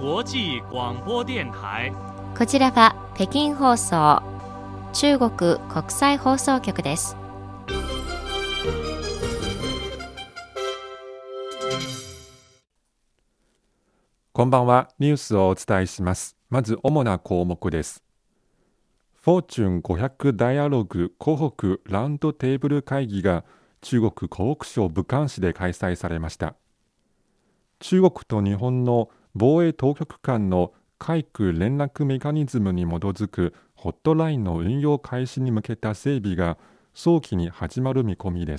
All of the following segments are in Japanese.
国際廣播電台。 こちらは北京放送、中国国際放送局です。 こんばんは。ニュースをお伝えします。まず主な項目です。フォーチュン500ダイアログ湖北ラウンドテーブル会議が中国湖北省武漢市で開催されました。中国と日本の防衛当局間の海空連絡メカニズムに基づくホットラインの運用開始に向けた整備が早期に始まる見込みです。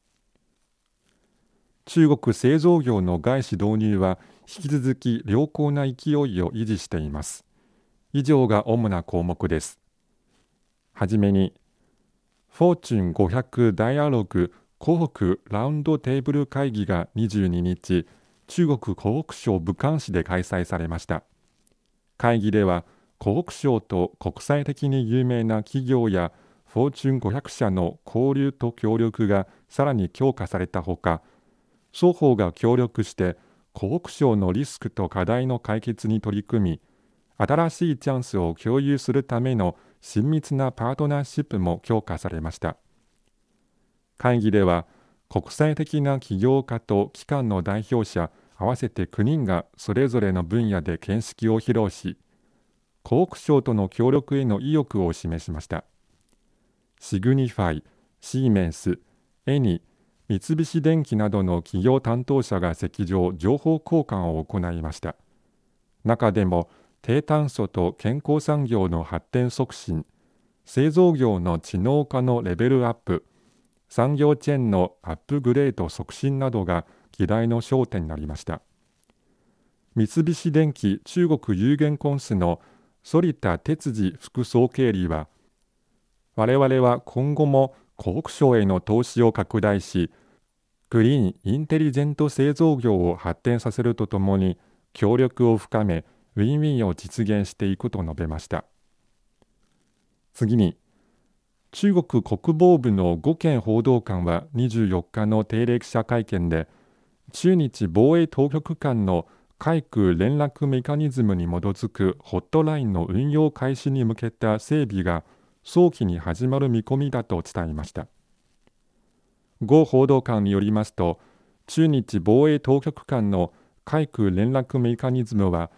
中国製造業の外資導入は引き続き良好な勢いを維持しています。以上が主な項目です。はじめに、フォーチュン500ダイアログ湖北ラウンドテーブル会議が22日、中国湖北省武漢市で開催されました。会議では、湖北省と国際的に有名な企業やフォーチュン500社の交流と協力がさらに強化されたほか、双方が協力して湖北省のリスクと課題の解決に取り組み、新しいチャンスを共有するための親密なパートナーシップも強化されました。会議では、国際的な起業家と機関の代表者合わせて9人がそれぞれの分野で見識を披露し、湖北省との協力への意欲を示しました。シグニファイ、シーメンス、エニ、三菱電機などの企業担当者が席上、情報交換を行いました。中でも、低炭素と健康産業の発展促進、製造業の知能化のレベルアップ、産業チェーンのアップグレード促進などが議題の焦点になりました。三菱電機中国有限公司の反田哲司副総経理は、我々は今後も湖北省への投資を拡大し、グリーン・インテリジェント製造業を発展させるとともに、協力を深め、ウィンウィンを実現していくと述べました。次に、中国国防部の呉健報道官は24日の定例記者会見で、中日防衛当局間の海空連絡メカニズムに基づくホットラインの運用開始に向けた整備が早期に始まる見込みだと伝えました。呉報道官によりますと、中日防衛当局間の海空連絡メカニズムは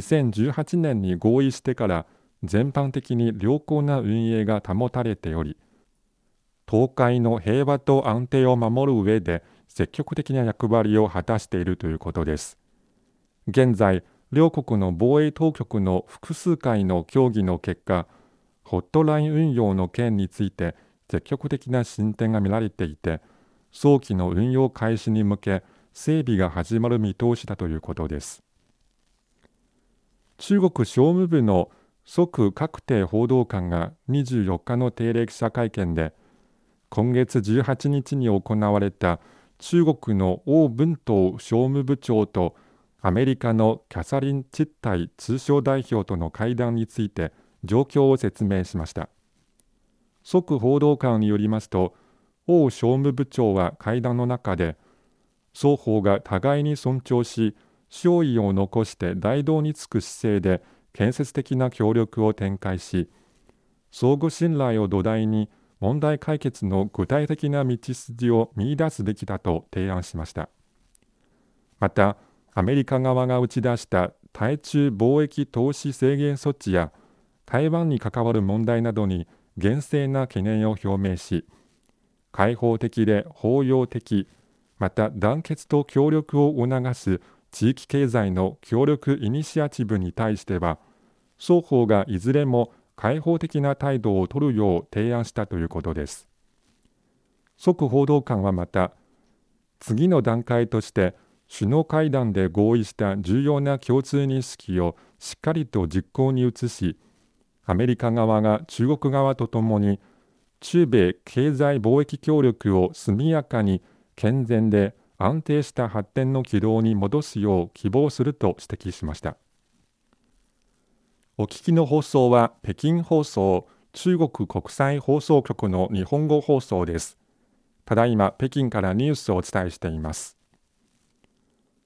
2018年に合意してから全般的に良好な運営が保たれており、東海の平和と安定を守る上で積極的な役割を果たしているということです。現在、両国の防衛当局の複数回の協議の結果、ホットライン運用の件について積極的な進展が見られていて、早期の運用開始に向け整備が始まる見通しだということです。中国商務部の蘇確定報道官が24日の定例記者会見で、今月18日に行われた中国の王文涛商務部長とアメリカのキャサリン・チッタイ通商代表との会談について状況を説明しました。蘇報道官によりますと、王商務部長は会談の中で、双方が互いに尊重し、笑意を残して大道につく姿勢で建設的な協力を展開し、相互信頼を土台に問題解決の具体的な道筋を見出すべきだと提案しました。また、アメリカ側が打ち出した対中貿易投資制限措置や台湾に関わる問題などに厳正な懸念を表明し、開放的で包容的、また団結と協力を促す地域経済の協力イニシアチブに対しては、双方がいずれも開放的な態度を取るよう提案したということです。蘇報道官はまた、次の段階として首脳会談で合意した重要な共通認識をしっかりと実行に移し、アメリカ側が中国側とともに中米経済貿易協力を速やかに健全で安定した発展の軌道に戻すよう希望すると指摘しました。お聞きの放送は北京放送中国国際放送局の日本語放送です。ただいま北京からニュースをお伝えしています。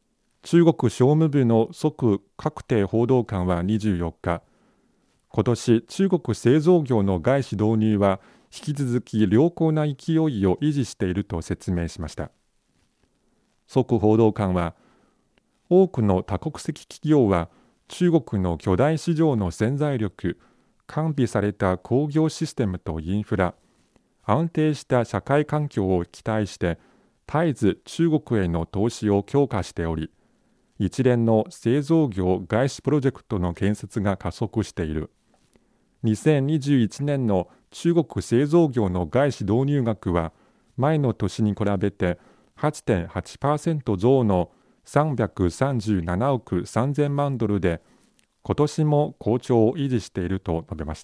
中国商務部の蘇確定報道官は24日、今年中国製造業の外資導入は引き続き良好な勢いを維持していると説明しました。蘇報道官は、多くの多国籍企業は中国の巨大市場の潜在力、完備された工業システムとインフラ、安定した社会環境を期待して絶えず中国への投資を強化しており、一連の製造業外資プロジェクトの建設が加速している。2021年の中国製造業の外資導入額は前の年に比べて 8.8% 増の337億3000万ドルで、今年も好調を維持していると述べました。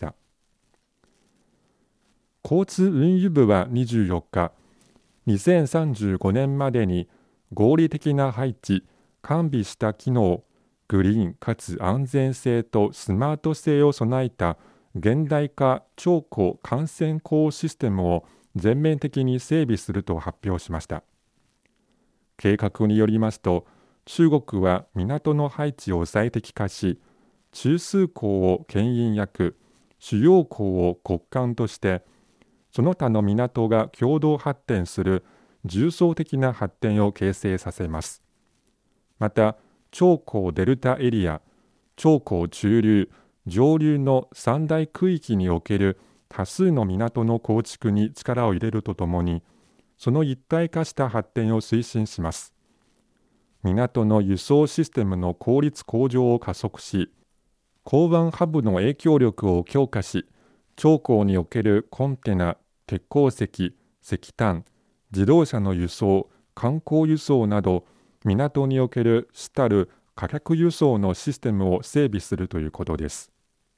交通運輸部は24日、2035年までに合理的な配置、完備した機能、グリーンかつ安全性とスマート性を備えた現代化超高幹線港システムを全面的に整備すると発表しました。計画によりますと、中国は港の配置を最適化し、中枢港を牽引役、主要港を骨幹として、その他の港が共同発展する重層的な発展を形成させます。また、長江デルタエリア、長江中流、上流の三大区域における多数の港の構築に力を入れるとともに、その一体化した発展を推進します。港の輸送システムの効率向上を加速し、港湾ハブの影響力を強化し、長江におけるコンテナ、鉄鉱石、石炭、自動車の輸送、観光輸送など、港における主たる貨客輸送のシステムを整備するということです。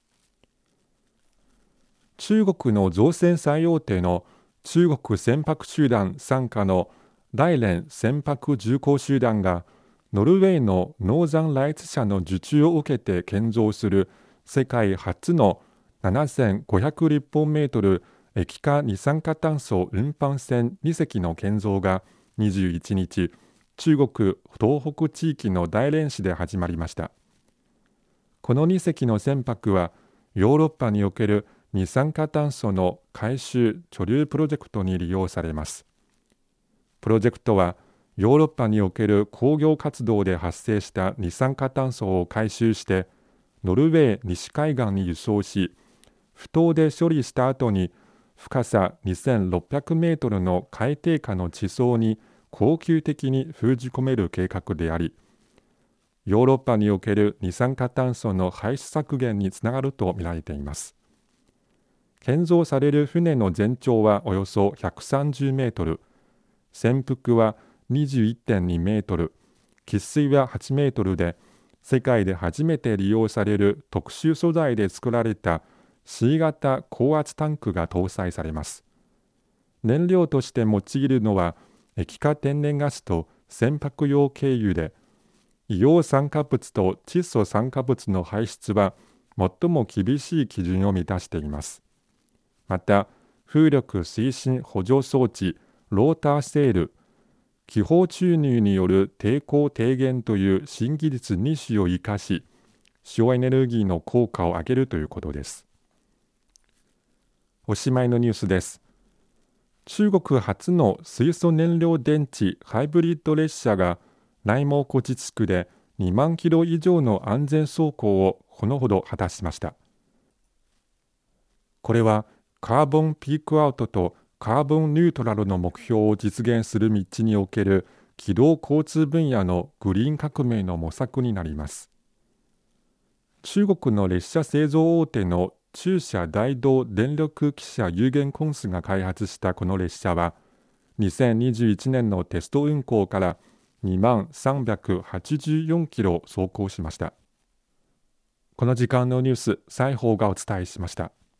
中国の造船最大手の中国船舶集団傘下の大連船舶重工集団が、ノルウェーのノーザンライツ社の受注を受けて建造する世界初の7500立方メートル液化二酸化炭素運搬船2隻の建造が21日、中国東北地域の大連市で始まりました。この2隻の船舶は、ヨーロッパにおける二酸化炭素の回収・貯留プロジェクトに利用されます。プロジェクトは、ヨーロッパにおける工業活動で発生した二酸化炭素を回収して、ノルウェー西海岸に輸送し、不当で処理した後に、深さ2600メートルの海底下の地層に恒久的に封じ込める計画であり、ヨーロッパにおける二酸化炭素の排出削減につながるとみられています。建造される船の全長はおよそ130メートル、船腹は21.2 メートル、喫水は8メートルで、世界で初めて利用される特殊素材で作られた C 型高圧タンクが搭載されます。燃料として用いるのは液化天然ガスと船舶用軽油で、硫黄酸化物と窒素酸化物の排出は最も厳しい基準を満たしています。また、風力推進補助装置、ローターセール、気泡注入による抵抗低減という新技術2種を生かし、省エネルギーの効果を上げるということです。おしまいのニュースです。中国初の水素燃料電池ハイブリッド列車が内蒙古自治区で2万キロ以上の安全走行をこのほど果たしました。これはカーボンピークアウトとカーボンニュートラルの目標を実現する道における軌道交通分野のグリーン革命の模索になります。中国の列車製造大手の中車大同電力汽車有限公司が開発したこの列車は、2021年のテスト運行から2万384キロ走行しました。この時間のニュース、西宝がお伝えしました。